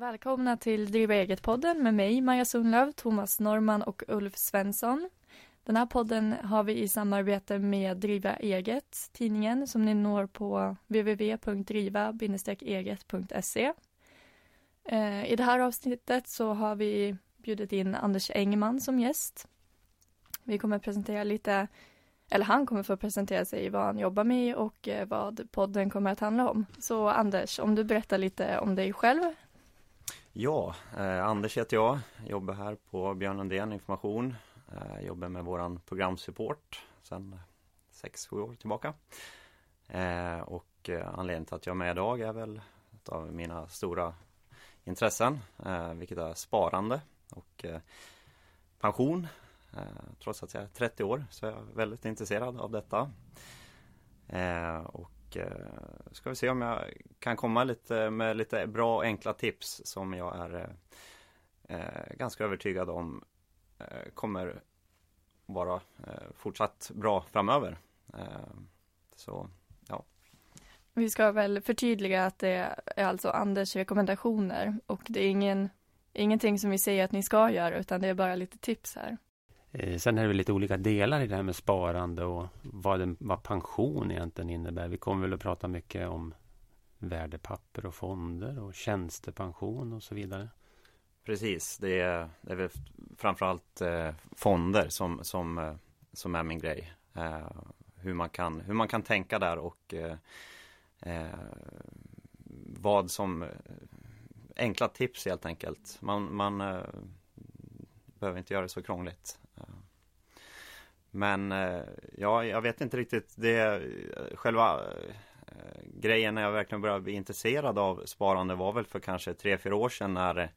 Välkomna till Driva eget-podden med mig, Maja Sundlöv, Thomas Norman och Ulf Svensson. Den här podden har vi i samarbete med Driva eget, tidningen som ni når på www.driva-eget.se. I det här avsnittet så har vi bjudit in Anders Engman som gäst. Vi kommer presentera lite, eller han kommer få presentera sig vad han jobbar med och vad podden kommer att handla om. Så Anders, om du berättar lite om dig själv. Ja, Anders heter jag. Jobbar här på Björn Lundén Information. Jobbar med våran programsupport sedan 6-7 år tillbaka. Och anledningen till att jag är med idag är väl ett av mina stora intressen, vilket är sparande och pension. Trots att jag är 30 år så är jag väldigt intresserad av detta. Och ska vi se om jag kan komma med lite bra enkla tips som jag är ganska övertygad om kommer vara fortsatt bra framöver. Så ja. Vi ska väl förtydliga att det är alltså Anders rekommendationer och det är ingenting som vi säger att ni ska göra utan det är bara lite tips här. Sen är det väl lite olika delar i det här med sparande och vad pension egentligen innebär. Vi kommer väl att prata mycket om värdepapper och fonder och tjänstepension och så vidare. Precis, det är väl framförallt fonder som är min grej. Hur man kan tänka där och vad som enkla tips helt enkelt. Man behöver inte göra det så krångligt. Men ja, jag vet inte riktigt. Det själva grejen när jag verkligen började bli intresserad av sparande var väl för kanske 3-4 år sedan när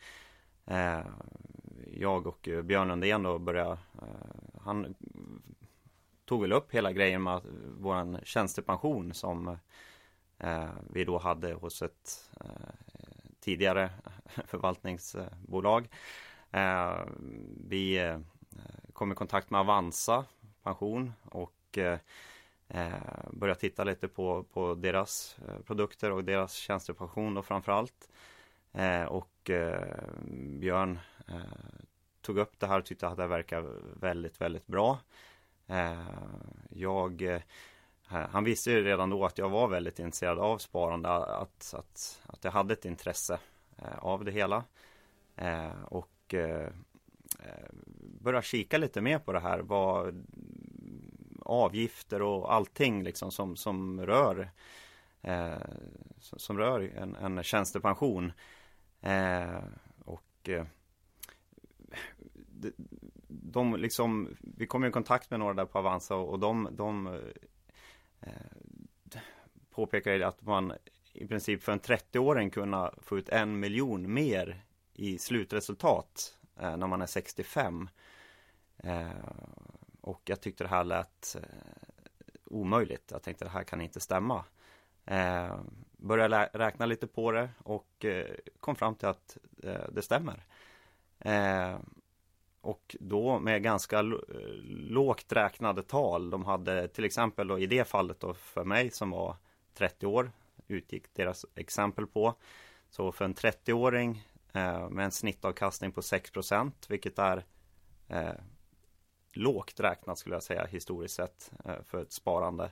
jag och Björn Lundén då började, han tog väl upp hela grejen med våran tjänstepension som vi då hade hos ett tidigare förvaltningsbolag. Vi kom i kontakt med Avanza pension och började titta lite på deras produkter och deras tjänstepension då framförallt. Och Björn tog upp det här och tyckte att det verkar väldigt, väldigt bra. Han visste ju redan då att jag var väldigt intresserad av sparande, att jag hade ett intresse av det hela. Och börja kika lite mer på det här, vad avgifter och allting liksom som rör en tjänstepension. Och de liksom, vi kom i kontakt med några där på Avanza och de påpekade att man i princip för en 30-åring kunna få ut 1 miljon mer i slutresultat när man är 65. Och jag tyckte det här lät omöjligt. Jag tänkte det här kan inte stämma. Började räkna lite på det och kom fram till att det stämmer. Och då med ganska lågt räknade tal. De hade till exempel då, i det fallet då, för mig som var 30 år utgick deras exempel på. Så för en 30-åring med en snittavkastning på 6%, vilket är lågt räknat skulle jag säga historiskt sett för ett sparande.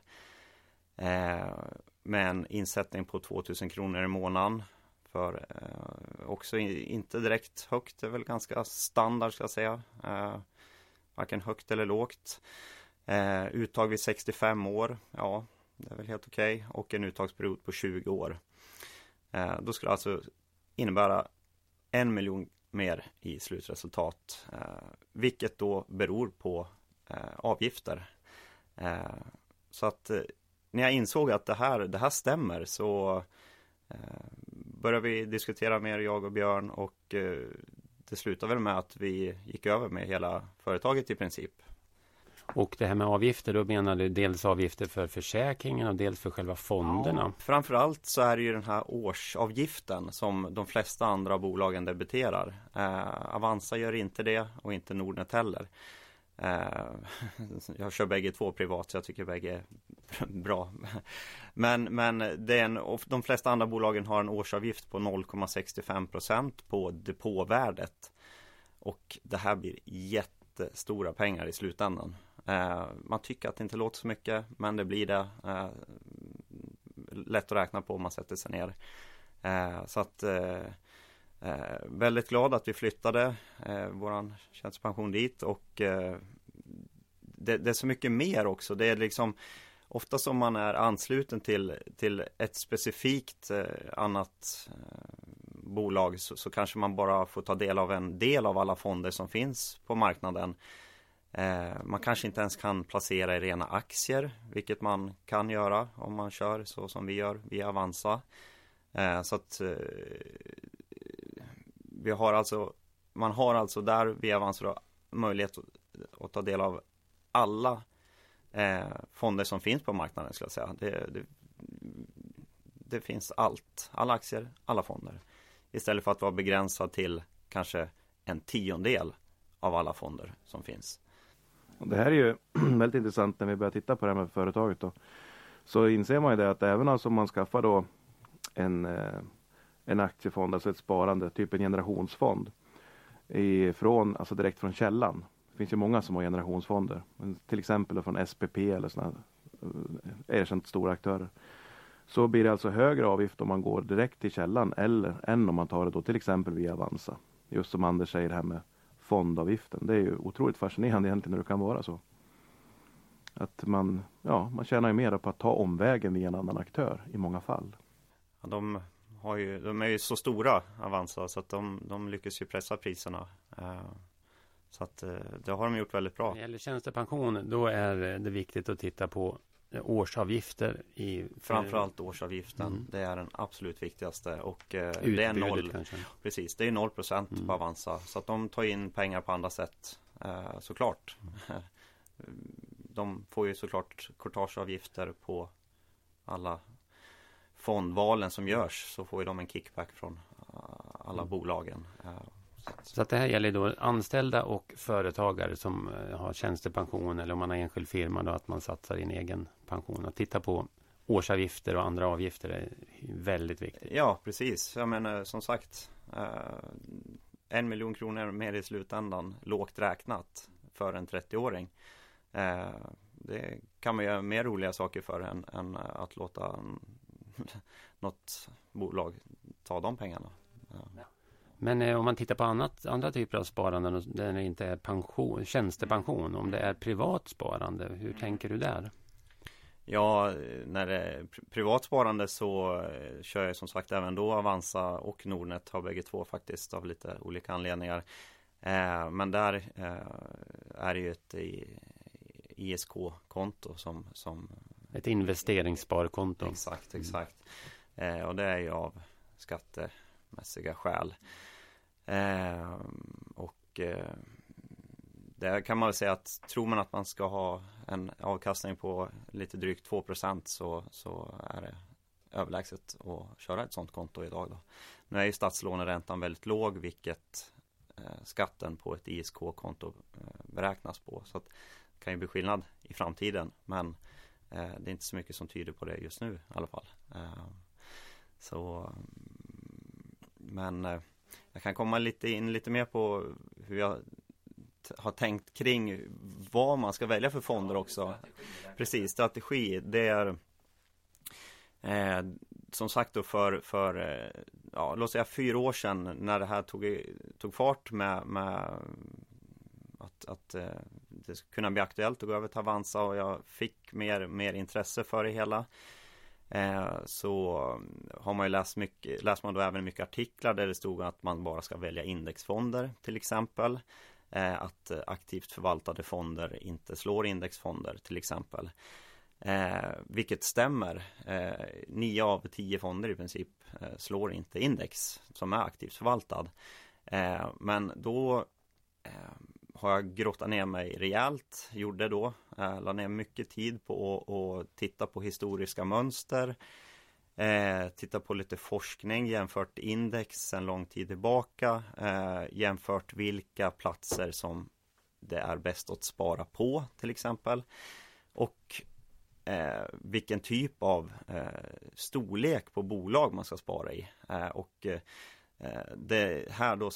Med en insättning på 2000 kronor i månaden för också inte direkt högt, det är väl ganska standard ska jag säga. Varken högt eller lågt. Uttag vid 65 år, ja det är väl helt okej. Och en uttagsperiod på 20 år. Då skulle det alltså innebära 1 miljon mer i slutresultat. Vilket då beror på avgifter. Så att när jag insåg att det här stämmer så började vi diskutera mer, jag och Björn, och det slutade väl med att vi gick över med hela företaget i princip. Och det här med avgifter, då menar du dels avgifter för försäkringen och dels för själva fonderna? Ja, framförallt så är det ju den här årsavgiften som de flesta andra bolagen debiterar. Avanza gör inte det och inte Nordnet heller. Jag kör bägge två privat, så jag tycker bägge är bra. Men det är de flesta andra bolagen har en årsavgift på 0,65% på depåvärdet. Och det här blir jättestora pengar i slutändan. Man tycker att det inte låter så mycket, men det blir det. Lätt att räkna på om man sätter sig ner. Så att väldigt glad att vi flyttade våran tjänstepension dit, och det är så mycket mer också. Det är liksom ofta som man är ansluten till ett specifikt annat bolag, så kanske man bara får ta del av en del av alla fonder som finns på marknaden. Man kanske inte ens kan placera i rena aktier, vilket man kan göra om man kör så som vi gör via Avanza. Så att man har alltså där via Avanza möjlighet att ta del av alla fonder som finns på marknaden, skulle jag säga. Det finns allt, alla aktier, alla fonder. Istället för att vara begränsad till kanske 1/10 av alla fonder som finns. Och det här är ju väldigt intressant när vi börjar titta på det här med företaget då. Så inser man ju det att även alltså om man skaffar då en aktiefond, alltså ett sparande, typ en generationsfond alltså direkt från källan. Det finns ju många som har generationsfonder, till exempel från SPP eller sådana erkänt stora aktörer. Så blir det alltså högre avgift om man går direkt till källan än om man tar det då till exempel via Avanza. Just som Anders säger, det här med fondavgiften. Det är ju otroligt fascinerande egentligen när det kan vara så. Att man tjänar ju mer på att ta omvägen via en annan aktör i många fall. Ja, de är ju så stora, Avanza, så att de lyckas ju pressa priserna. Så att det har de gjort väldigt bra. När det gäller tjänstepension, då är det viktigt att titta på årsavgifter. Framförallt årsavgiften. Det är den absolut viktigaste. Och det är 0. Precis, det är 0% på Avanza. Så att de tar in pengar på andra sätt, såklart. De får ju såklart courtageavgifter på alla fondvalen som görs, så får ju de en kickback från alla bolagen. Så att det här gäller då anställda och företagare som har tjänstepension, eller om man har enskild firma då, att man satsar i en egen pension. Att titta på årsavgifter och andra avgifter är väldigt viktigt. Ja, precis. Jag menar, som sagt, 1 miljon kronor mer i slutändan, lågt räknat för en 30-åring. Det kan man göra mer roliga saker för än att låta något bolag ta de pengarna. Ja. Men om man tittar på andra typer av sparande där det inte är tjänstepension, om det är privat sparande, hur tänker du där? Ja, när det är privat sparande så kör jag som sagt även då Avanza och Nordnet, har bägge två faktiskt av lite olika anledningar. Men där är det ju ett ISK-konto som ett investeringssparkonto. Exakt. Och det är ju av skattemässiga skäl. Där kan man väl säga att tror man att man ska ha en avkastning på lite drygt 2%, så är det överlägset att köra ett sådant konto idag då. Nu är ju statslåneräntan väldigt låg, vilket skatten på ett ISK-konto beräknas på. Så att det kan ju bli skillnad i framtiden, men det är inte så mycket som tyder på det just nu i alla fall. Men jag kan komma lite mer på hur jag har tänkt kring vad man ska välja för fonder också. Precis, strategi. Det är som sagt då för låt säga 4 år sedan, när det här tog fart med att det skulle kunna bli aktuellt att gå över till Avanza, och jag fick mer intresse för det hela. Så har man ju läst man då även mycket artiklar där det stod att man bara ska välja indexfonder till exempel. Att aktivt förvaltade fonder inte slår indexfonder till exempel. Vilket stämmer. 9 av 10 fonder i princip slår inte index som är aktivt förvaltad. Men då har jag grottat ner mig rejält. La ner mycket tid på att titta på historiska mönster. Titta på lite forskning, jämfört index en lång tid tillbaka. Jämfört vilka platser som det är bäst att spara på till exempel. Och vilken typ av storlek på bolag man ska spara i. Det här då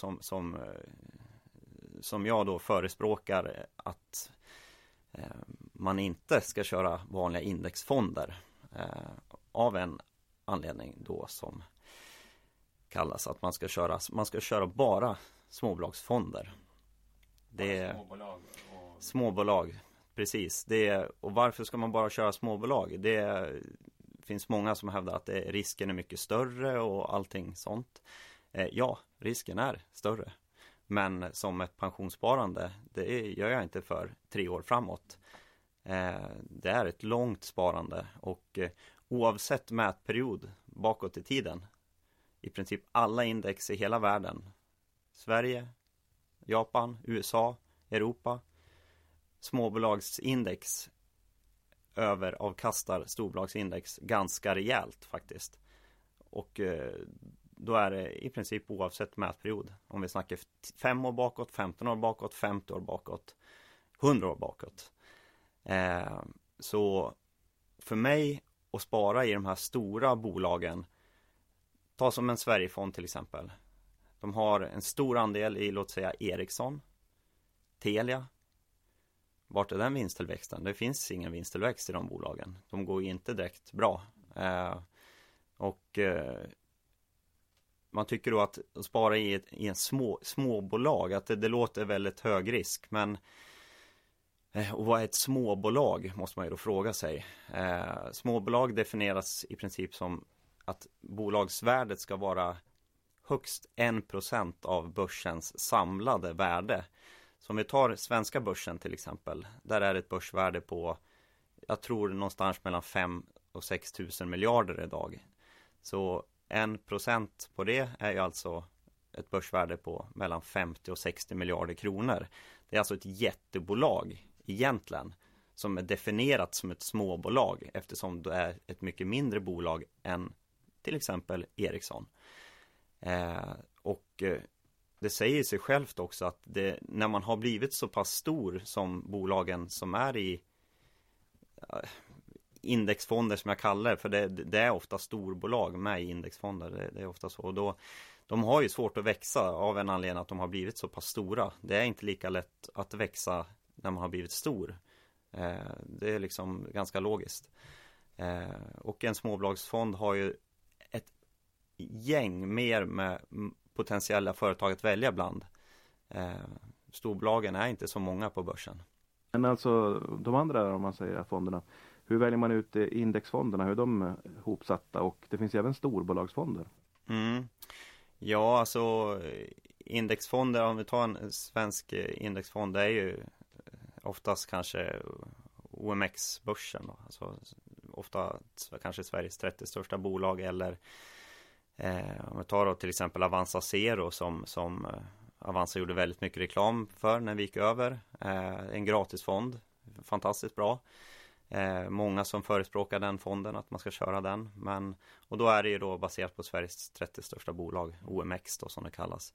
som jag då förespråkar att man inte ska köra vanliga indexfonder av en anledning då som kallas att man ska köra bara småbolagsfonder. Det är småbolag. Precis. Och varför ska man bara köra småbolag? Det finns många som hävdar att risken är mycket större och allting sånt. Ja, risken är större. Men som ett pensionssparande, det gör jag inte för 3 år framåt. Det är ett långt sparande och oavsett mätperiod bakåt i tiden, i princip alla index i hela världen, Sverige, Japan, USA, Europa, småbolagsindex överavkastar storbolagsindex ganska rejält faktiskt. Och då är det i princip oavsett mätperiod. Om vi snackar 5 år bakåt, 15 år bakåt, 50 år bakåt, 100 år bakåt. Så för mig att spara i de här stora bolagen, ta som en Sverigefond till exempel. De har en stor andel i, låt säga, Ericsson, Telia. Vart är den vinsttillväxten? Det finns ingen vinsttillväxt i de bolagen. De går ju inte direkt bra. Man tycker då att spara i en småbolag, att det låter väldigt hög risk. Men och vad är ett småbolag, måste man ju då fråga sig. Småbolag definieras i princip som att bolagsvärdet ska vara högst 1% av börsens samlade värde. Så om vi tar svenska börsen till exempel, där är ett börsvärde på, jag tror någonstans mellan 5 och 6 tusen miljarder idag. Så 1% på det är ju alltså ett börsvärde på mellan 50 och 60 miljarder kronor. Det är alltså ett jättebolag egentligen som är definierat som ett småbolag eftersom det är ett mycket mindre bolag än till exempel Ericsson. Det säger sig självt också att när man har blivit så pass stor som bolagen som är i indexfonder som jag kallar det, för det är ofta storbolag med i indexfonder, det är ofta så. Och då, de har ju svårt att växa av en anledning att de har blivit så pass stora. Det är inte lika lätt att växa när man har blivit stor. Det är liksom ganska logiskt. Och en småbolagsfond har ju ett gäng mer med potentiella företag att välja bland. Storbolagen är inte så många på börsen. Men alltså de andra, om man säger fonderna, hur väljer man ut indexfonderna? Hur är de hopsatta? Och det finns ju även storbolagsfonder. Ja, alltså indexfonder, om vi tar en svensk indexfond, det är ju oftast kanske OMX-börsen då. Alltså ofta kanske Sveriges 30 största bolag, eller om vi tar då till exempel Avanza Zero som Avanza gjorde väldigt mycket reklam för när vi gick över. En gratisfond, fantastiskt bra. Många som förespråkar den fonden, att man ska köra den. Och då är det ju då baserat på Sveriges 30 största bolag, OMX då som det kallas.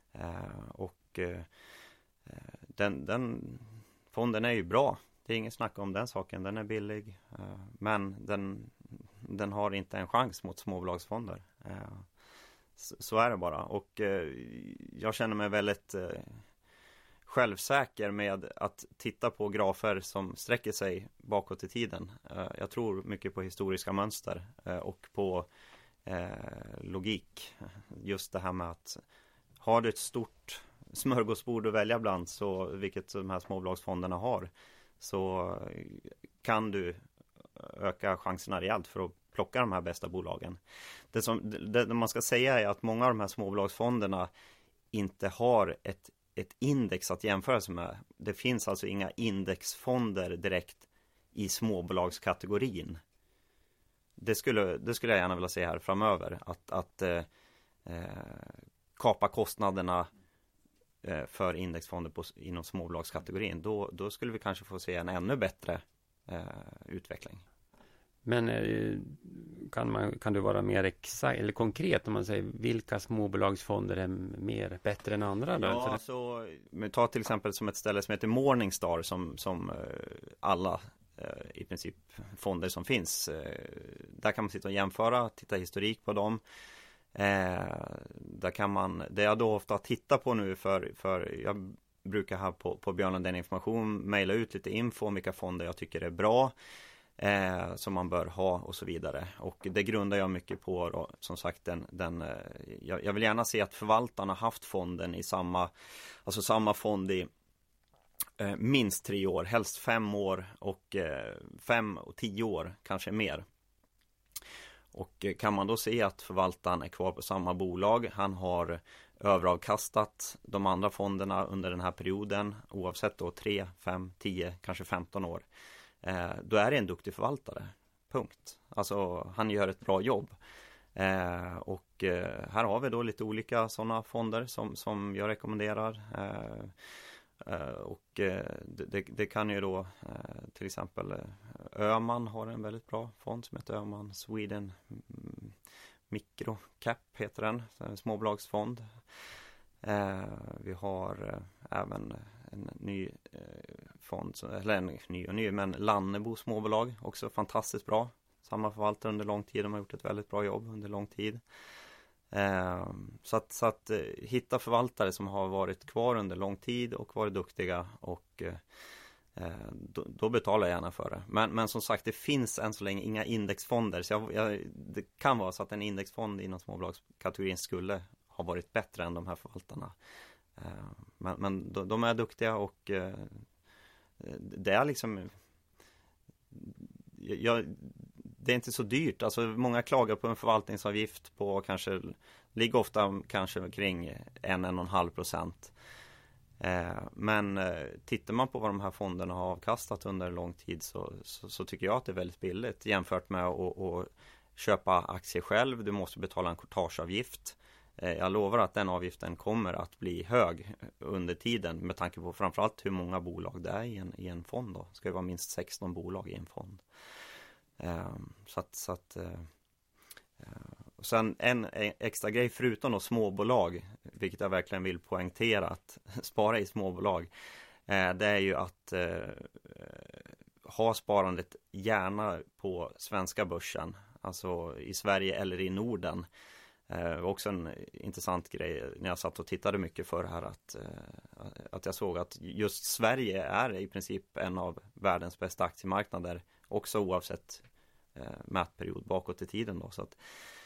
Den fonden är ju bra. Det är inget snack om den saken, den är billig. Men den har inte en chans mot småbolagsfonder. Så är det bara. Och jag känner mig väldigt självsäker med att titta på grafer som sträcker sig bakåt i tiden. Jag tror mycket på historiska mönster och på logik. Just det här med att har du ett stort smörgåsbord att välja bland, så vilket de här småbolagsfonderna har, så kan du öka chanserna rejält för att plocka de här bästa bolagen. Det man ska säga är att många av de här småbolagsfonderna inte har ett index att jämföra sig med. Det finns alltså inga indexfonder direkt i småbolagskategorin. Det skulle jag gärna vilja se här framöver. Att kapa kostnaderna för indexfonder inom småbolagskategorin. Då skulle vi kanske få se en ännu bättre utveckling. Men kan du vara mer exakt eller konkret om man säger vilka småbolagsfonder är bättre än andra? Då? Ja, alltså, men ta till exempel som ett ställe som heter Morningstar som alla i princip fonder som finns. Där kan man sitta och jämföra, titta historik på dem. Där kan man, det jag då ofta tittar på nu för jag brukar här på Björn Lundén Information mejla ut lite info om vilka fonder jag tycker är bra. Som man bör ha och så vidare. Och det grundar jag mycket på då, som sagt jag vill gärna se att förvaltarna haft fonden i samma fond i minst 3 år, helst 5 år och 5 och 10 år, kanske mer. Och kan man då se att förvaltaren är kvar på samma bolag, han har överavkastat de andra fonderna under den här perioden, oavsett då 3, 5, 10, kanske 15 år. Då är det en duktig förvaltare. Punkt. Alltså han gör ett bra jobb. Och här har vi då lite olika sådana fonder som jag rekommenderar. Och det kan ju då till exempel Öhman har en väldigt bra fond som heter Öhman Sweden Microcap heter den. En småbolagsfond. Vi har även en ny fond, eller en ny, men Lannebo småbolag, också fantastiskt bra. Samma förvaltare under lång tid, de har gjort ett väldigt bra jobb under lång tid. Så att hitta förvaltare som har varit kvar under lång tid och varit duktiga och då betalar jag gärna för det. Men som sagt, det finns än så länge inga indexfonder, så det kan vara så att en indexfond inom småbolagskategorin skulle ha varit bättre än de här förvaltarna. Men de är duktiga och det är liksom det är inte så dyrt. Alltså många klagar på en förvaltningsavgift på ligger ofta kring 1,5%. Men tittar man på vad de här fonderna har avkastat under lång tid så tycker jag att det är väldigt billigt jämfört med att köpa aktier själv. Du måste betala en courtageavgift. Jag lovar att den avgiften kommer att bli hög under tiden med tanke på framförallt hur många bolag det är i en fond då. Det ska ju vara minst 16 bolag i en fond. Och sen en extra grej förutom då småbolag, vilket jag verkligen vill poängtera, att spara i småbolag, det är ju att ha sparandet gärna på svenska börsen, alltså i Sverige eller i Norden. Också en intressant grej när jag satt och tittade mycket för här att jag såg att just Sverige är i princip en av världens bästa aktiemarknader, också oavsett mätperiod bakåt i tiden då. Så att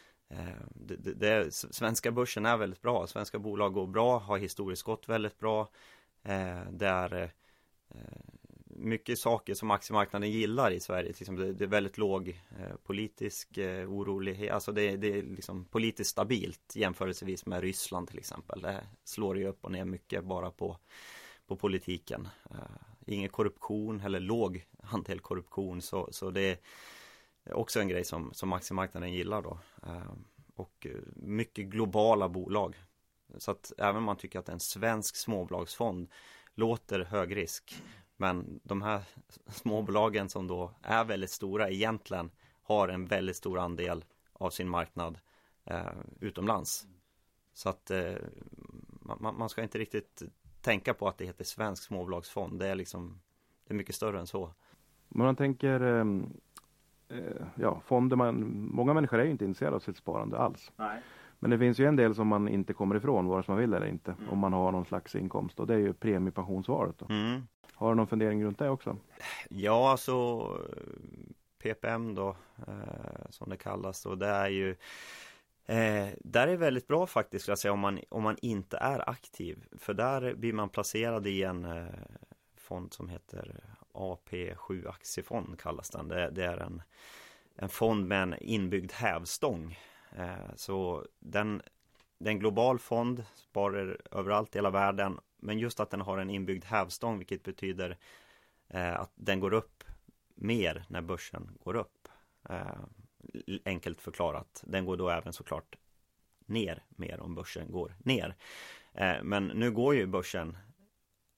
svenska börsen är väldigt bra, svenska bolag går bra, har historiskt gått väldigt bra. Det är mycket saker som aktiemarknaden gillar i Sverige. Det är väldigt låg politisk orolighet. Alltså det är liksom politiskt stabilt jämförelsevis med Ryssland till exempel. Det slår ju upp och ner mycket bara på politiken. Ingen korruption eller låg andel korruption. Så det är också en grej som aktiemarknaden gillar då. Och mycket globala bolag. Så att även om man tycker att en svensk småbolagsfond låter hög risk, men de här småbolagen som då är väldigt stora egentligen har en väldigt stor andel av sin marknad utomlands. Så att man ska inte riktigt tänka på att det heter svensk småbolagsfond. Det är mycket större än så. Men man tänker fonder, många människor är ju inte intresserade av sitt sparande alls. Nej. Men det finns ju en del som man inte kommer ifrån, vare sig man vill eller inte, om man har någon slags inkomst, och det är ju premiepensionsvaret då. Har du någon fundering runt det också? Ja, alltså PPM då, som det kallas då, det är ju där är väldigt bra faktiskt, skulle jag säga, om man inte är aktiv, för där blir man placerad i en fond som heter AP7 aktiefond kallas den. Det är en fond med en inbyggd hävstång. Så den är en global fond, sparar överallt i hela världen, men just att den har en inbyggd hävstång, vilket betyder att den går upp mer när börsen går upp. Enkelt förklarat. Den går då även såklart ner mer om börsen går ner. Men nu går ju börsen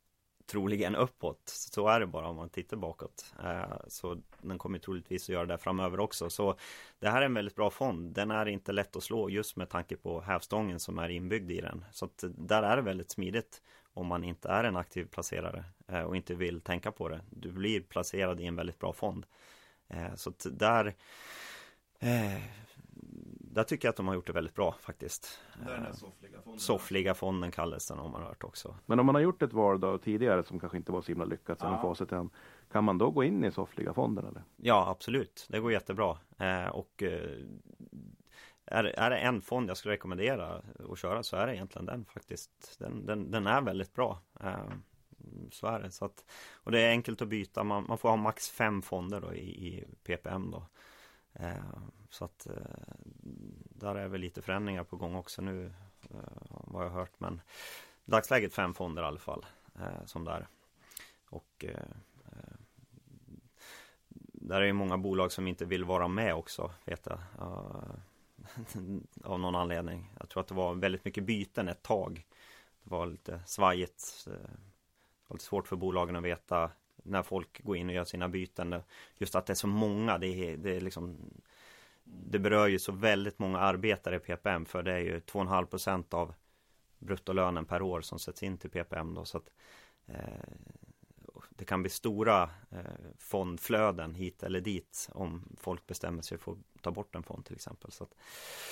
troligen uppåt. Så är det bara om man tittar bakåt. Så den kommer troligtvis att göra det framöver också. Så det här är en väldigt bra fond. Den är inte lätt att slå just med tanke på hävstången som är inbyggd i den. Så att där är det väldigt smidigt om man inte är en aktiv placerare och inte vill tänka på det. Du blir placerad i en väldigt bra fond. Så att där tycker jag att de har gjort det väldigt bra faktiskt. Den här soffliga fonden kallas den, om man har hört också. Men om man har gjort ett val då tidigare som kanske inte var så himla lyckat sen facit än, kan man då gå in i soffliga fonden eller? Ja, absolut. Det går jättebra. Och är det en fond jag skulle rekommendera att köra, så är det egentligen den faktiskt. Den är väldigt bra. Så är det. Så att, och det är enkelt att byta. Man får ha max 5 fonder då i PPM då. Så att där är väl lite förändringar på gång också nu, vad jag har hört, men dagsläget 5 fonder i alla fall som där. Och där är ju många bolag som inte vill vara med också, vet jag, av någon anledning. Jag tror att det var väldigt mycket byten ett tag. Det var lite svajigt, det var lite svårt för bolagen att veta när folk går in och gör sina byten. Just att det är så många, det är liksom, det berör ju så väldigt många arbetare i PPM, för det är ju 2,5% av bruttolönen per år som sätts in till PPM då, så att det kan bli stora fondflöden hit eller dit om folk bestämmer sig för att ta bort en fond till exempel. Så att,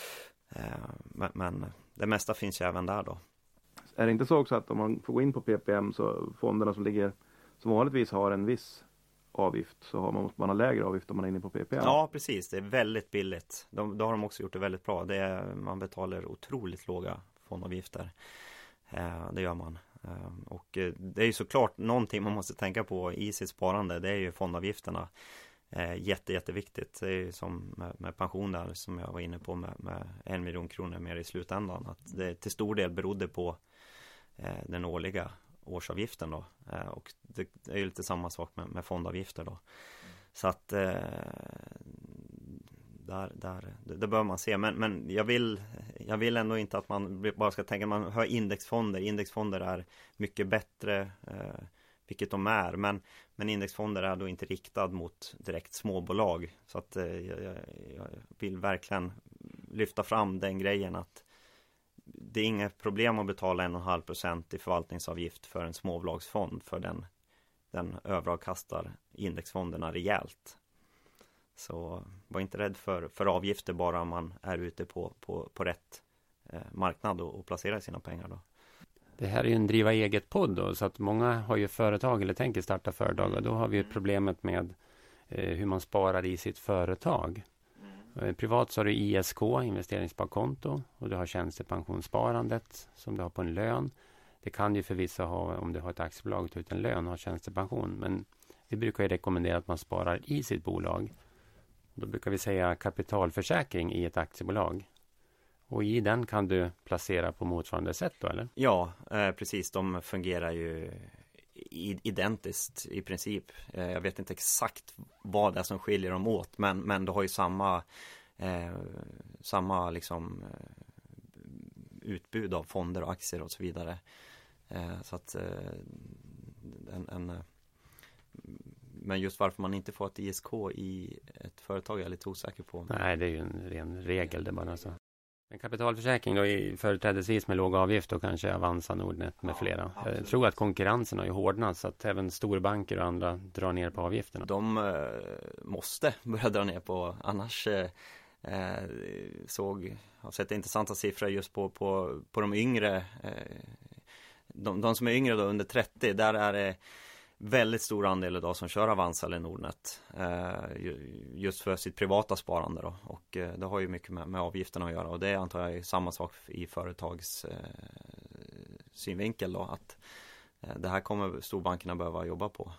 men det mesta finns ju även där då. Är det inte så också att om man får gå in på PPM, så fonderna som vanligtvis har en viss avgift, så måste man ha lägre avgift om man är inne på PPM? Ja, precis. Det är väldigt billigt. Då har de också gjort det väldigt bra. Man betalar otroligt låga fondavgifter. Det gör man. Och det är ju såklart någonting man måste tänka på i sitt sparande. Det är ju fondavgifterna. Jätteviktigt. Det är ju som med pensioner som jag var inne på med 1 miljon kronor mer i slutändan. Att det till stor del berodde på den årliga årsavgiften då. Och det är ju lite samma sak med fondavgifter då. Så att det bör man se. Men jag vill ändå inte att man bara ska tänka att man hör indexfonder. Indexfonder är mycket bättre, vilket de är. Men indexfonder är då inte riktad mot direkt småbolag. Så att jag vill verkligen lyfta fram den grejen att det är inget problem att betala 1,5% i förvaltningsavgift för en småbolagsfond, för den överavkastar indexfonderna rejält. Så var inte rädd för avgifter bara om man är ute på rätt marknad och placerar sina pengar då. Det här är ju en driva eget-podd då, så att många har ju företag eller tänker starta företag, och då har vi ju problemet med hur man sparar i sitt företag. Privat så har du ISK, investeringssparkonto, och du har tjänstepensionssparandet som du har på en lön. Det kan ju för vissa ha, om du har ett aktiebolag, ta ut en lön och ha tjänstepension, men vi brukar ju rekommendera att man sparar i sitt bolag. Då brukar vi säga kapitalförsäkring i ett aktiebolag. Och i den kan du placera på motsvarande sätt då, eller? Ja, precis. De fungerar ju identiskt i princip. Jag vet inte exakt vad det är som skiljer dem åt, men du har ju samma liksom utbud av fonder och aktier och så vidare. Så att men just varför man inte får ett ISK i ett företag är jag lite osäker på. Nej, det är ju en ren regel det bara så. En kapitalförsäkring då företrädesvis med låga avgifter och kanske Avanza, Nordnet med flera. Absolut. Jag tror att konkurrensen har ju hårdnat så att även storbanker och andra drar ner på avgifterna. De måste börja dra ner på, annars har sett intressanta siffror just på de yngre, de som är yngre då under 30, där är det väldigt stor andel idag som kör Avanza eller Nordnet just för sitt privata sparande då. Och det har ju mycket med avgifterna att göra, och det antar jag är samma sak i företags synvinkel då, att det här kommer storbankerna behöva jobba på.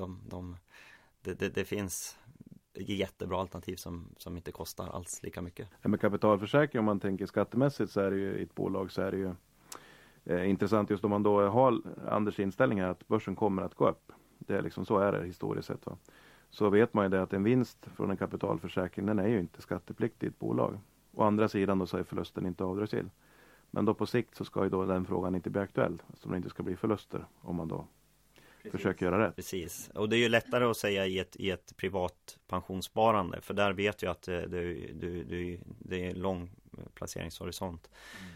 Det finns jättebra alternativ som inte kostar alls lika mycket. Med kapitalförsäkring, om man tänker skattemässigt, så är det ju i ett bolag så är det ju intressant just om man då har Anders inställning här att börsen kommer att gå upp. Det är liksom, så är det historiskt sett, va? Så vet man ju det att en vinst från en kapitalförsäkring, den är ju inte skattepliktig i ett bolag. Å andra sidan då så är förlusten inte avdragsgill. Men då på sikt så ska ju då den frågan inte bli aktuell, så det inte ska bli förluster om man då försöker göra rätt. Precis, och det är ju lättare att säga i ett privat pensionssparande, för där vet jag att det är lång placeringshorisont.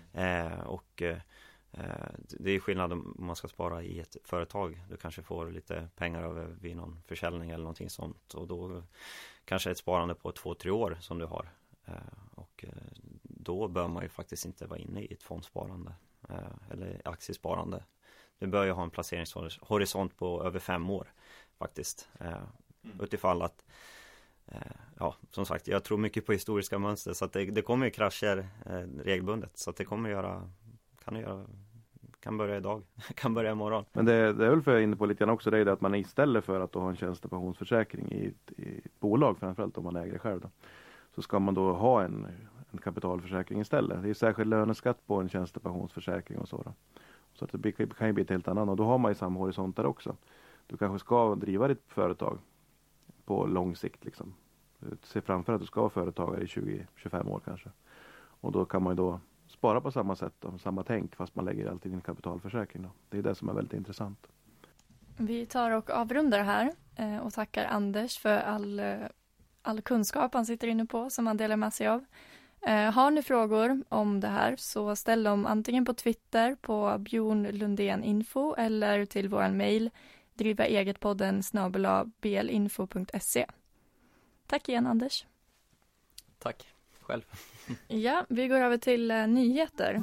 Det är skillnad om man ska spara i ett företag. Du kanske får lite pengar över vid någon försäljning eller någonting sånt, och då kanske ett sparande på 2-3 år som du har, och då bör man ju faktiskt inte vara inne i ett fondsparande eller aktiesparande. Du bör ju ha en placeringshorisont på över 5 år faktiskt, utifall att som sagt, jag tror mycket på historiska mönster, så att det kommer ju krascher regelbundet, så att det kommer kan börja idag, kan börja imorgon. Men det är väl för jag är inne på lite grann också, det är det att man istället för att ha en tjänstepensionsförsäkring i ett bolag, framförallt om man äger det själv då, så ska man då ha en kapitalförsäkring istället. Det är särskild löneskatt på en tjänstepensionsförsäkring och så då. Så att det kan ju bli ett helt annat, och då har man ju samma horisont där också. Du kanske ska driva ditt företag på lång sikt liksom. Se framför att du ska vara företagare i 20-25 år kanske. Och då kan man ju då spara på samma sätt och samma tänk, fast man lägger alltid in en kapitalförsäkring då. Det är det som är väldigt intressant. Vi tar och avrundar här och tackar Anders för all kunskap han sitter inne på, som han delar med sig av. Har ni frågor om det här så ställ dem antingen på Twitter på Björn Lundén Info eller till vår mejl drivaegetpodden@blinfo.se. Tack igen, Anders. Tack själv. Ja, vi går över till nyheter.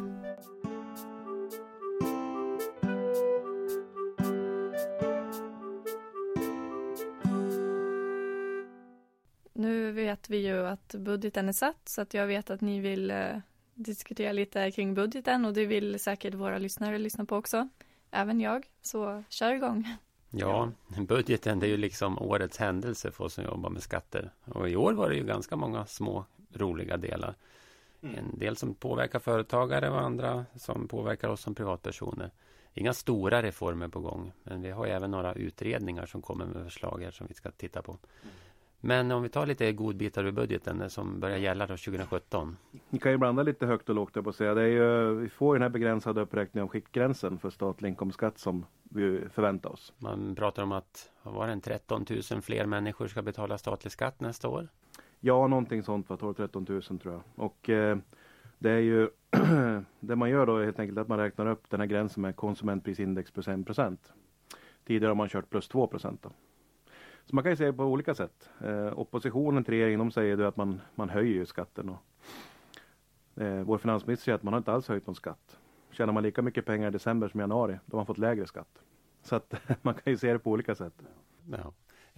Nu vet vi ju att budgeten är satt, så att jag vet att ni vill diskutera lite kring budgeten, och det vill säkert våra lyssnare lyssna på också. Även jag, så kör igång. Ja, budgeten, det är ju liksom årets händelse för oss som jobbar med skatter. Och i år var det ju ganska många små roliga delar. En del som påverkar företagare och andra som påverkar oss som privatpersoner. Inga stora reformer på gång, men vi har ju även några utredningar som kommer med förslag här som vi ska titta på. Men om vi tar lite godbitar ur budgeten som börjar gälla då 2017. Ni kan ju blanda lite högt och lågt på att säga. Det är ju, vi får ju den här begränsade uppräkningen av skiktgränsen för statlig inkomstskatt som vi förväntar oss. Man pratar om att 13 000 fler människor ska betala statlig skatt nästa år. Ja, någonting sånt, för 12-13 000 tror jag. Och det är ju det man gör då är helt enkelt att man räknar upp den här gränsen med konsumentprisindex plus 1%. Tidigare har man kört plus 2% då. Så man kan ju se på olika sätt. Oppositionen till regeringen, de säger att man höjer skatten. Och, vår finansminister säger att man har inte alls höjt någon skatt. Tjänar man lika mycket pengar i december som i januari, då har man fått lägre skatt. Så att man kan ju se det på olika sätt. Ja.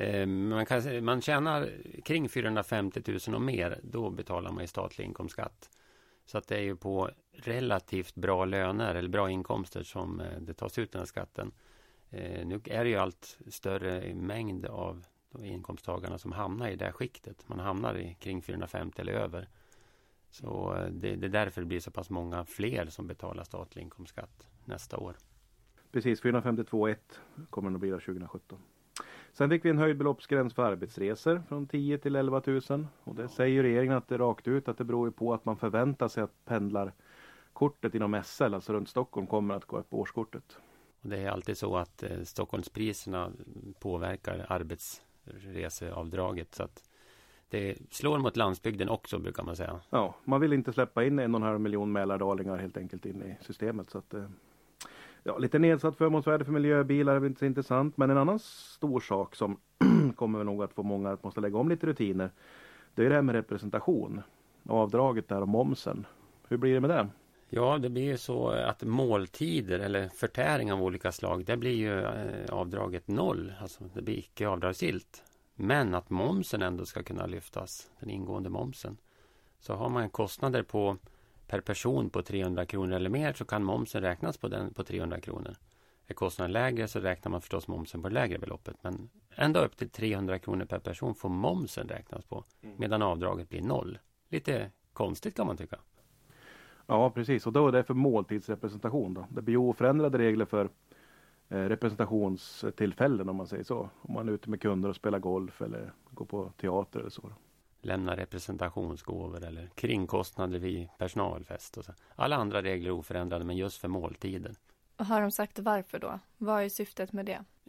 Man tjänar kring 450 000 och mer, då betalar man ju statlig inkomstskatt. Så att det är ju på relativt bra löner eller bra inkomster som det tas ut den här skatten. Nu är det ju allt större mängd av inkomsttagarna som hamnar i det här skiktet. Man hamnar i kring 450 eller över. Så det är därför det blir så pass många fler som betalar statlig inkomstskatt nästa år. Precis, 452,1 kommer det att bli 2017. Sen fick vi en höjd beloppsgräns för arbetsresor från 10 till 11 000. Och det säger regeringen att det är rakt ut att det beror på att man förväntar sig att pendlarkortet inom SL, alltså runt Stockholm, kommer att gå upp på årskortet. Och det är alltid så att Stockholmspriserna påverkar arbetsreseavdraget, så att det slår mot landsbygden också, brukar man säga. Ja, man vill inte släppa in 1,5 miljon mälardalingar helt enkelt in i systemet, så att lite nedsatt förmånsvärde för miljöbilar är väl inte så intressant, men en annan stor sak som kommer nog att få många att måste lägga om lite rutiner, det är det här med representation. Avdraget där och momsen. Hur blir det med det? Ja, det blir ju så att måltider eller förtäring av olika slag, det blir ju avdraget 0. Alltså det blir icke avdragsgillt. Men att momsen ändå ska kunna lyftas, den ingående momsen. Så har man kostnader per person på 300 kronor eller mer, så kan momsen räknas på 300 kronor. Är kostnaden lägre så räknar man förstås momsen på det lägre beloppet. Men ända upp till 300 kronor per person får momsen räknas på. Medan avdraget blir 0. Lite konstigt kan man tycka. Ja, precis. Och då är det för måltidsrepresentation då. Det blir oförändrade regler för representationstillfällen, om man säger så. Om man är ute med kunder och spelar golf eller går på teater eller så då. Lämna representationsgåvor eller kringkostnader vid personalfest och så. Alla andra regler är oförändrade, men just för måltider. Har de sagt varför då? Vad är syftet med det?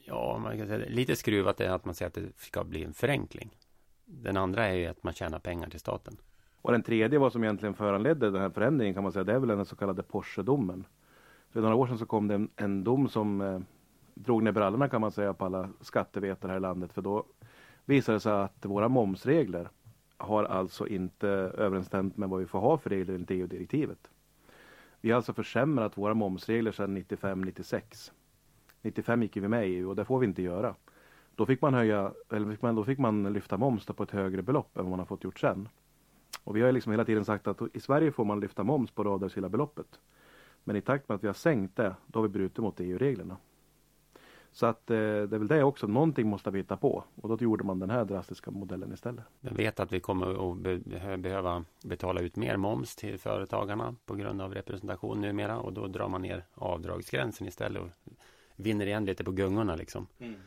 Ja, man kan säga, lite skruvat är att man säger att det ska bli en förenkling. Den andra är ju att man tjänar pengar till staten. Och den tredje, vad som egentligen föranledde den här förändringen kan man säga, det är väl den så kallade Porsche-domen. För några år sedan så kom det en dom som drog ner brallorna kan man säga på alla skattevetare här i landet. För då visade det sig att våra momsregler har alltså inte överensstämt med vad vi får ha för regler enligt EU-direktivet. Vi har alltså försämrat våra momsregler sedan 95-96. 95 gick vi med i EU och det får vi inte göra. Då fick man lyfta moms på ett högre belopp än vad man har fått gjort sen. Och vi har liksom hela tiden sagt att i Sverige får man lyfta moms på avdragsgilla beloppet. Men i takt med att vi har sänkt det, då har vi brutit mot EU-reglerna. Så att det är väl det också, någonting måste vi hitta på. Och då gjorde man den här drastiska modellen istället. Jag vet att vi kommer att behöva betala ut mer moms till företagarna på grund av representation numera. Och då drar man ner avdragsgränsen istället och vinner igen lite på gungorna liksom.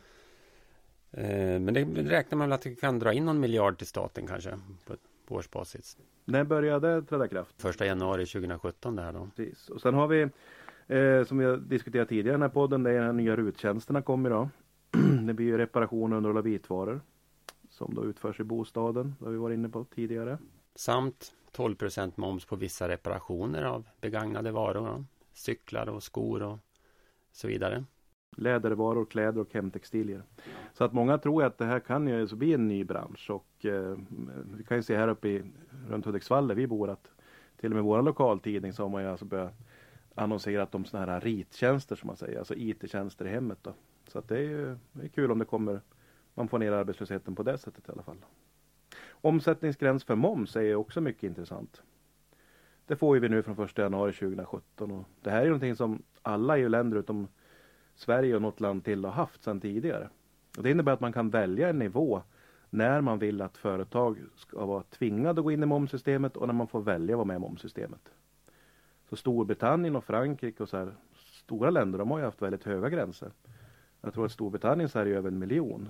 Men det räknar man väl att vi kan dra in 1 miljard till staten kanske på årsbasis. När började det träda kraft? 1 januari 2017 där då. Precis. Och sen har vi, som vi har diskuterat tidigare i den här podden, det är de nya ruttjänsterna kommer idag. Det blir ju reparation och underhåll av vitvaror som då utförs i bostaden, det har vi varit inne på tidigare. Samt 12% moms på vissa reparationer av begagnade varor, då. Cyklar och skor och så vidare. Lädervaror, kläder och hemtextilier. Så att många tror att det här kan ju så bli en ny bransch och vi kan ju se här uppe runt Hudiksvall där vi bor att till och med vår lokaltidning så har man ju alltså börjat annonsera om sådana här rittjänster som man säger, alltså IT-tjänster i hemmet då. Så att det är kul om det kommer, man får ner arbetslösheten på det sättet i alla fall. Omsättningsgräns för moms är också mycket intressant. Det får vi nu från 1 januari 2017 och det här är någonting som alla EU-länder utom Sverige och något land till har haft sedan tidigare. Och det innebär att man kan välja en nivå när man vill att företag ska vara tvingade att gå in i momssystemet och när man får välja att vara med i momssystemet. Så Storbritannien och Frankrike och så här stora länder, de har ju haft väldigt höga gränser. Jag tror att Storbritannien så är över 1 miljon.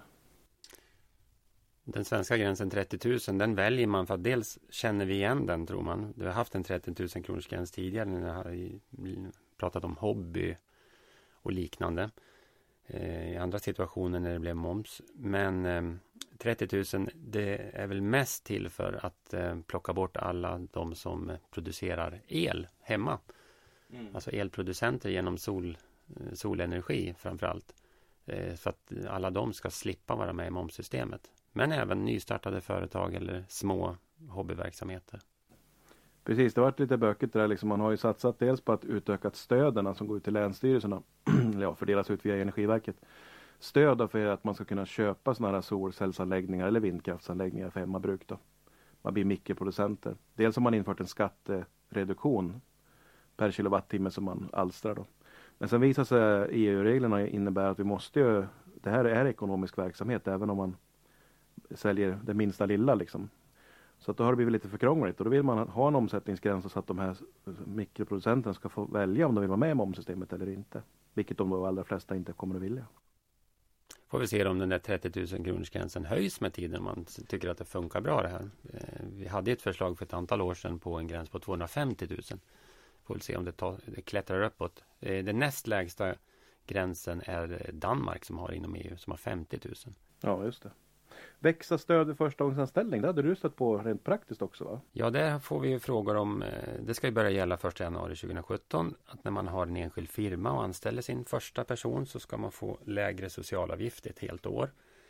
Den svenska gränsen 30 000, den väljer man för att dels känner vi igen den tror man. Du har haft en 30 000 kronors gräns tidigare när jag har pratat om hobby och liknande. I andra situationer när det blev moms. Men 30 000 det är väl mest till för att plocka bort alla de som producerar el hemma. Alltså elproducenter genom solenergi framförallt. För att alla de ska slippa vara med i momssystemet. Men även nystartade företag eller små hobbyverksamheter. Precis, det har varit lite bökigt där liksom. Man har ju satsat dels på att utöka stöden som går ut till länsstyrelserna. Ja, fördelas ut via Energiverket. Stöd för att man ska kunna köpa sådana här solcellsanläggningar eller vindkraftsanläggningar för hemmabruk då. Man blir mikroproducenter. Dels har man infört en skattereduktion per kilowattimme som man alstrar då. Men sen visar sig EU-reglerna innebär att vi måste ju, det här är ekonomisk verksamhet även om man säljer det minsta lilla liksom. Så att då har det blivit lite för krångligt och då vill man ha en omsättningsgräns så att de här mikroproducenterna ska få välja om de vill vara med i momssystemet eller inte. Vilket de då allra flesta inte kommer att vilja. Får vi se om den där 30 000 kronors gränsen höjs med tiden om man tycker att det funkar bra det här. Vi hade ett förslag för ett antal år sedan på en gräns på 250 000. Får vi se om det klättrar uppåt. Den näst lägsta gränsen är Danmark som har inom EU som har 50 000. Ja, just det. Växa stöd vid förstagångsanställning, det hade du stött på rent praktiskt också va? Ja, där får vi ju frågor om, det ska ju börja gälla 1 januari 2017, att när man har en enskild firma och anställer sin första person så ska man få lägre socialavgift ett helt år.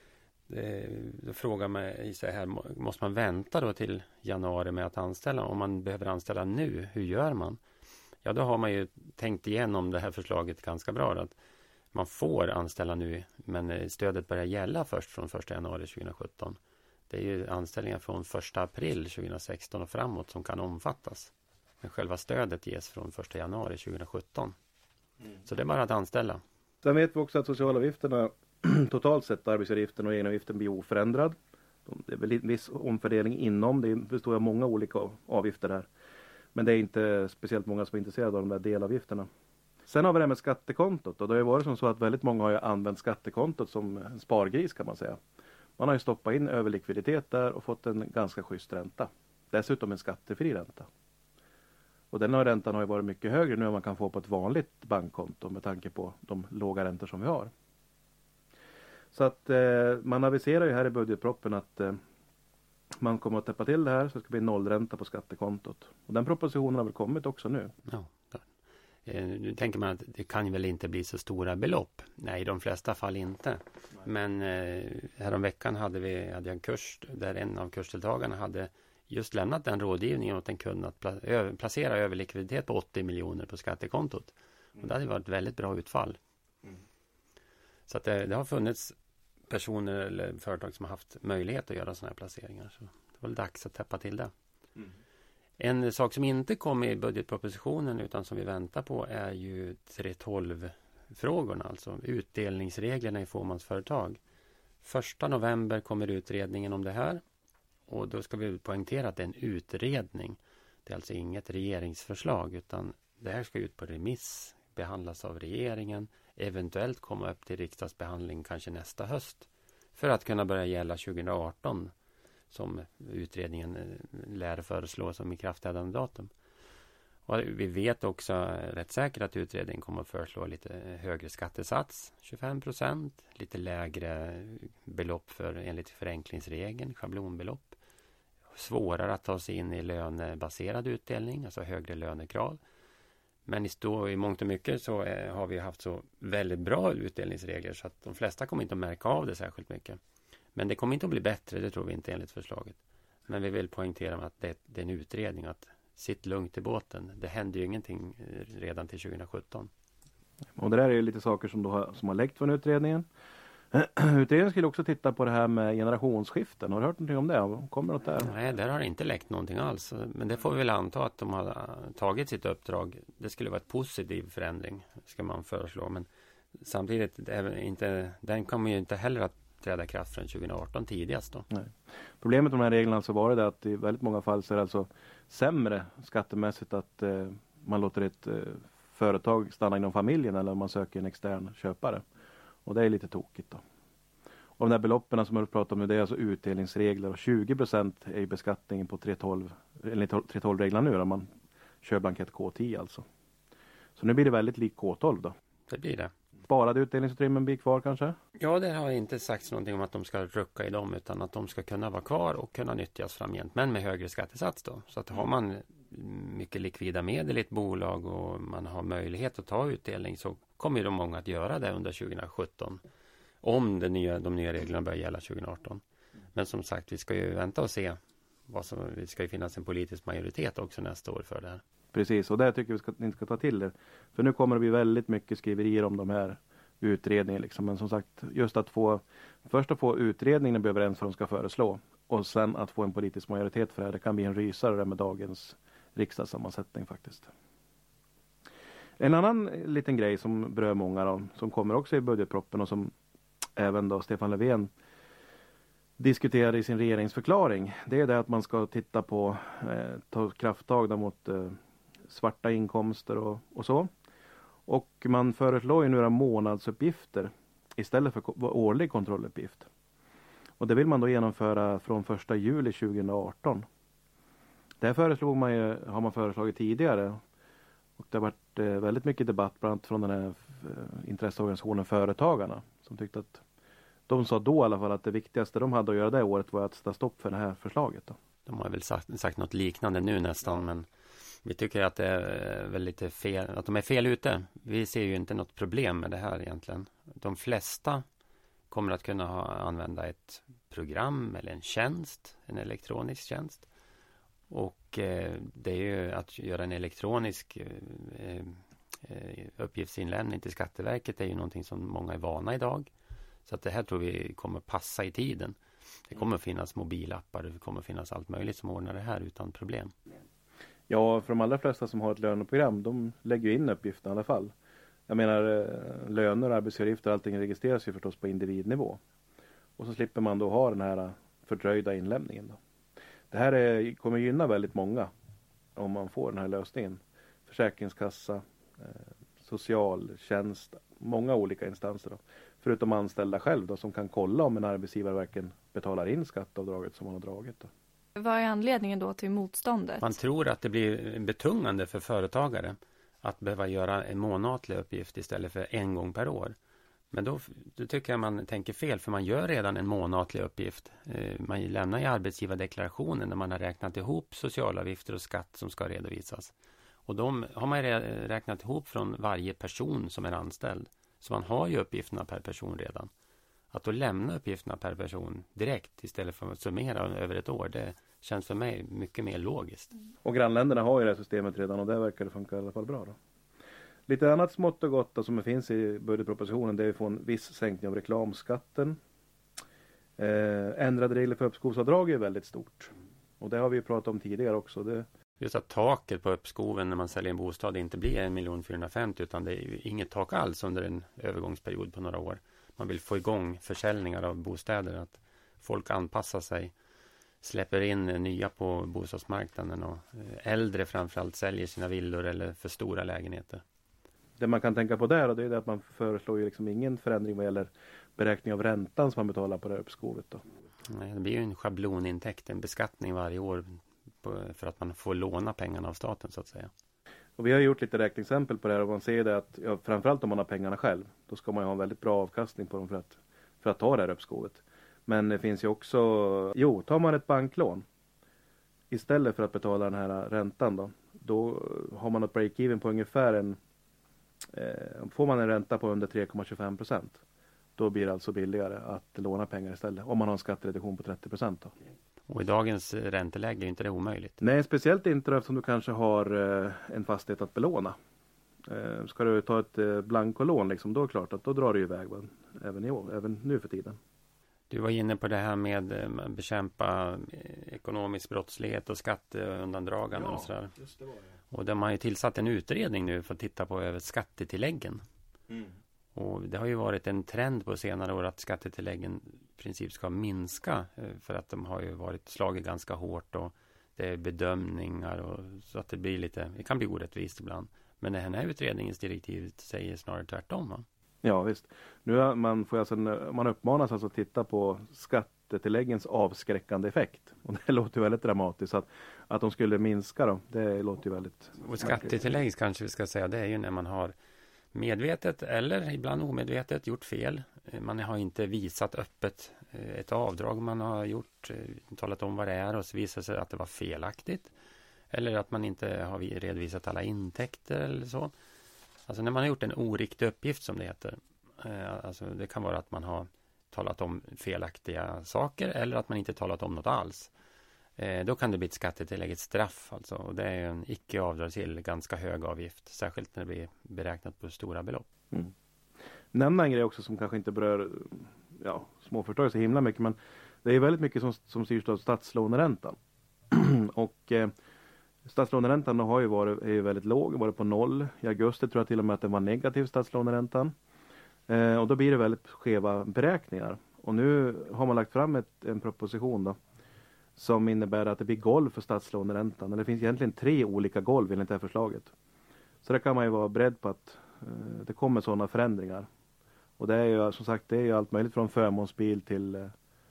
Då frågar man sig här, måste man vänta då till januari med att anställa? Om man behöver anställa nu, hur gör man? Ja, då har man ju tänkt igenom det här förslaget ganska bra att man får anställa nu, men stödet börjar gälla först från 1 januari 2017. Det är ju anställningar från 1 april 2016 och framåt som kan omfattas. Men själva stödet ges från 1 januari 2017. Så det är bara att anställa. Sen vet vi också att socialavgifterna, totalt sett arbetsgivaravgiften och egenavgiften blir oförändrad. Det är väl en viss omfördelning inom, det består av många olika avgifter här. Men det är inte speciellt många som är intresserade av de där delavgifterna. Sen har vi det med skattekontot och det har ju varit som så att väldigt många har ju använt skattekontot som en spargris kan man säga. Man har ju stoppat in överlikviditet där och fått en ganska schysst ränta. Dessutom en skattefri ränta. Och den här räntan har ju varit mycket högre nu än man kan få på ett vanligt bankkonto med tanke på de låga räntor som vi har. Så att man aviserar ju här i budgetproppen att man kommer att täppa till det här så det ska bli nollränta på skattekontot. Och den propositionen har väl kommit också nu. Ja. Nu tänker man att det kan väl inte bli så stora belopp. Nej, i de flesta fall inte. Nej. Men häromveckan hade jag en kurs där en av kursdeltagarna hade just lämnat den rådgivningen åt en kund att placera överlikviditet på 80 miljoner på skattekontot. Och det hade varit ett väldigt bra utfall. Så att det har funnits personer eller företag som har haft möjlighet att göra sådana här placeringar. Så det var väl dags att täppa till det. En sak som inte kom i budgetpropositionen utan som vi väntar på är ju 3.12-frågorna, alltså utdelningsreglerna i fåmansföretag. 1 november kommer utredningen om det här och då ska vi poängtera att det är en utredning. Det är alltså inget regeringsförslag utan det här ska ut på remiss, behandlas av regeringen, eventuellt komma upp till riksdagsbehandling kanske nästa höst för att kunna börja gälla 2018 som utredningen lär föreslå som ikraftträdande datum. Och vi vet också rätt säkert att utredningen kommer att föreslå lite högre skattesats, 25%, lite lägre belopp enligt förenklingsregeln, schablonbelopp. Svårare att ta sig in i lönebaserad utdelning, alltså högre lönekrav. Men i mångt och mycket så har vi haft så väldigt bra utdelningsregler så att de flesta kommer inte att märka av det särskilt mycket. Men det kommer inte att bli bättre, det tror vi inte enligt förslaget. Men vi vill poängtera att det är en utredning, att sitt lugnt i båten. Det händer ju ingenting redan till 2017. Och det där är ju lite saker som har läckt från utredningen. Utredningen skulle också titta på det här med generationsskiften. Har du hört någonting om det? Kommer något där? Nej, där har det inte läckt någonting alls. Men det får vi väl anta att de har tagit sitt uppdrag. Det skulle vara ett positiv förändring, ska man föreslå. Men samtidigt, den kommer ju inte heller att träda kraft från 2018 tidigast då. Nej. Problemet med de här reglerna så var det att i väldigt många fall så är det alltså sämre skattemässigt att man låter ett företag stanna inom familjen eller om man söker en extern köpare. Och det är lite tokigt då. Och de där beloppen som jag pratar om nu, det är alltså utdelningsregler och 20% är ju beskattningen på 3.12-reglerna nu om man kör blankett K10 alltså. Så nu blir det väldigt lik K12 då. Det blir det. Sparade utdelningsutrymmen blir kvar kanske? Ja, det har inte sagts någonting om att de ska rucka i dem utan att de ska kunna vara kvar och kunna nyttjas framgent. Men med högre skattesats då. Så att har man mycket likvida medel i ett bolag och man har möjlighet att ta utdelning så kommer ju de många att göra det under 2017. Om de nya reglerna börjar gälla 2018. Men som sagt, vi ska ju vänta och se. Det ska ju finnas en politisk majoritet också nästa år för det här. Precis, och där tycker vi inte ska ta till det. För nu kommer det bli väldigt mycket skriverier om de här utredningarna. Liksom. Men som sagt, just att först att få utredningen bli överens vad de ska föreslå. Och sen att få en politisk majoritet för det här. Det kan bli en rysare med dagens riksdagssammansättning faktiskt. En annan liten grej som berör många då, som kommer också i budgetproppen och som även då Stefan Löfven diskuterade i sin regeringsförklaring. Det är det att man ska titta på ta krafttag mot svarta inkomster och så. Och man föreslår ju några månadsuppgifter istället för årlig kontrolluppgift. Och det vill man då genomföra från 1 juli 2018. Det här har man föreslagit tidigare. Och det har varit väldigt mycket debatt bland annat från den här intresseorganisationen Företagarna. Som tyckte att de sa då i alla fall att det viktigaste de hade att göra det året var att sätta stopp för det här förslaget. Då. De har väl sagt något liknande nu nästan, men vi tycker att det är väl lite fel, att de är fel ute. Vi ser ju inte något problem med det här egentligen. De flesta kommer att kunna använda ett program eller en tjänst, en elektronisk tjänst. Och det är ju att göra en elektronisk uppgiftsinlämning till Skatteverket är ju någonting som många är vana idag. Så att det här tror vi kommer passa i tiden. Det kommer att finnas mobilappar, det kommer att finnas allt möjligt som ordnar det här utan problem. Ja, för de allra flesta som har ett löneprogram, de lägger in uppgifter i alla fall. Jag menar, löner, arbetsgivaravgifter, allting registreras ju förstås på individnivå. Och så slipper man då ha den här fördröjda inlämningen då. Det här kommer gynna väldigt många om man får den här lösningen. Försäkringskassa, socialtjänst, många olika instanser då. Förutom anställda själv då, som kan kolla om en arbetsgivare verkligen betalar in skatteavdraget som man har dragit då. Vad är anledningen då till motståndet? Man tror att det blir betungande för företagare att behöva göra en månatlig uppgift istället för en gång per år. Men då tycker jag man tänker fel, för man gör redan en månatlig uppgift. Man lämnar i arbetsgivardeklarationen när man har räknat ihop socialavgifter och skatt som ska redovisas. Och de har man räknat ihop från varje person som är anställd. Så man har ju uppgifterna per person redan. Att då lämna uppgifterna per person direkt istället för att summera över ett år, det känns för mig mycket mer logiskt. Och grannländerna har ju det här systemet redan och det verkar det funka i alla fall bra då. Lite annat smått och gott då, som finns i budgetpropositionen, det är att få en viss sänkning av reklamskatten. Ändrade regler för uppskovsavdrag är väldigt stort. Och det har vi pratat om tidigare också. Just att taket på uppskoven när man säljer en bostad inte blir 1 450 000 utan det är ju inget tak alls under en övergångsperiod på några år. Man vill få igång försäljningar av bostäder, att folk anpassar sig, släpper in nya på bostadsmarknaden och äldre framförallt säljer sina villor eller för stora lägenheter. Det man kan tänka på där, det är att man föreslår ju liksom ingen förändring vad gäller beräkning av räntan som man betalar på det här uppskovet då. Nej, det blir ju en schablonintäkt, en beskattning varje år för att man får låna pengarna av staten så att säga. Och vi har gjort lite räkneexempel på det här och man ser det att framförallt om man har pengarna själv, då ska man ju ha en väldigt bra avkastning på dem för att ta det här uppskovet. Men det finns ju också, tar man ett banklån istället för att betala den här räntan då har man ett break-even på ungefär får man en ränta på under 3,25%. Då blir det alltså billigare att låna pengar istället. Om man har en skattereduktion på 30% då. Och i dagens ränteläge är inte det omöjligt? Nej, speciellt inte eftersom du kanske har en fastighet att belåna. Ska du ta ett blankolån liksom, då är det klart att då drar det iväg även nu för tiden. Du var inne på det här med att bekämpa ekonomisk brottslighet och skatteundandragande och sådär. Just det var det. Och de har ju tillsatt en utredning nu för att titta på över skattetilläggen. Och det har ju varit en trend på senare år att skattetilläggen i princip ska minska för att de har ju varit slagit ganska hårt och det är bedömningar och så att det kan bli orättvist ibland. Men den här utredningens direktiv säger snarare tvärtom, va? Ja, visst. Nu man uppmanas alltså att titta på skattetilläggens avskräckande effekt. Och det låter ju väldigt dramatiskt. Att de skulle minska då, det låter ju väldigt... Och skattetillägg kanske vi ska säga, det är ju när man har medvetet eller ibland omedvetet gjort fel. Man har inte visat öppet ett avdrag man har gjort, talat om vad det är och så visar sig att det var felaktigt. Eller att man inte har redovisat alla intäkter eller så. Alltså när man har gjort en oriktig uppgift som det heter. Alltså det kan vara att man har talat om felaktiga saker eller att man inte talat om något alls. Då kan det bli ett skattetillägg, ett straff alltså. Och det är en icke avdragsgill, ganska hög avgift. Särskilt när det blir beräknat på stora belopp. Nämna en grej också som kanske inte berör småföretag så himla mycket. Men det är väldigt mycket som styrs av statslåneräntan. Och statslåneräntan är ju väldigt låg, varit på 0. I augusti tror jag till och med att den var negativ, statslåneräntan. Och då blir det väldigt skeva beräkningar. Och nu har man lagt fram en proposition då, som innebär att det blir golv för statslåneräntan. Eller det finns egentligen 3 olika golv enligt det här förslaget. Så det kan man ju vara beredd på att det kommer sådana förändringar. Och det är ju som sagt, det är ju allt möjligt från förmånsbil till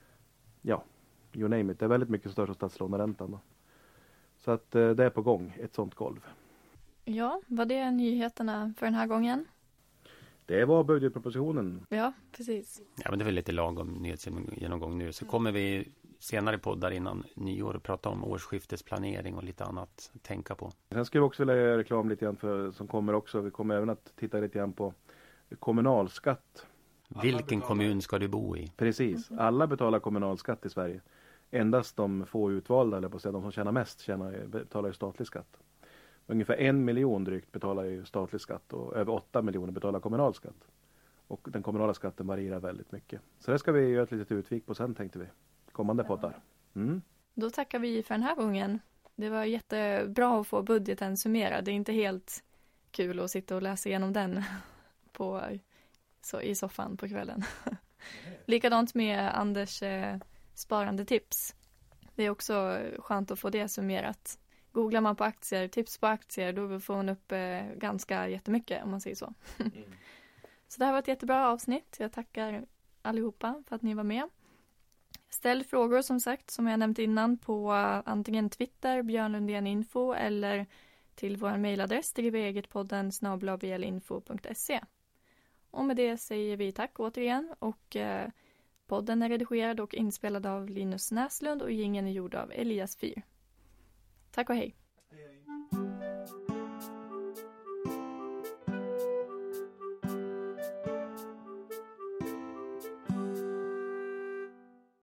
you name it. Det är väldigt mycket större statslåneräntan då. Så att det är på gång, ett sådant golv. Ja, var det nyheterna för den här gången? Det var budgetpropositionen. Ja, precis. Ja, men det är väl lite lagom nyhetsgenomgång nu. Så kommer vi senare poddar innan nyår och prata om årsskiftesplanering och lite annat att tänka på. Sen ska vi också vilja göra reklam lite grann för som kommer också. Vi kommer även att titta lite grann på kommunalskatt. Vilken kommun ska du bo i? Precis, alla betalar kommunalskatt i Sverige. Endast de få utvalda, eller på att säga, de som tjänar mest betalar ju statlig skatt. Ungefär 1 miljon drygt betalar ju statlig skatt och över 8 miljoner betalar kommunalskatt. Och den kommunala skatten varierar väldigt mycket. Så det ska vi göra ett litet utvik på sen, tänkte vi. Kommande poddar. Då tackar vi för den här gången. Det var jättebra att få budgeten summerad. Det är inte helt kul att sitta och läsa igenom den i soffan på kvällen. Likadant med Anders sparande tips. Det är också skönt att få det summerat. Googlar man på aktier, tips på aktier, då får man upp ganska jättemycket om man säger så. Så det här var ett jättebra avsnitt. Jag tackar allihopa för att ni var med. Ställ frågor som sagt, som jag nämnt innan, på antingen Twitter, Björn Lundén Info, eller till vår mejladress driveegetpodden @blinfo.se. Och med det säger vi tack återigen och podden är redigerad och inspelad av Linus Näslund och jingeln är gjord av Elias Fyr. Tack och hej!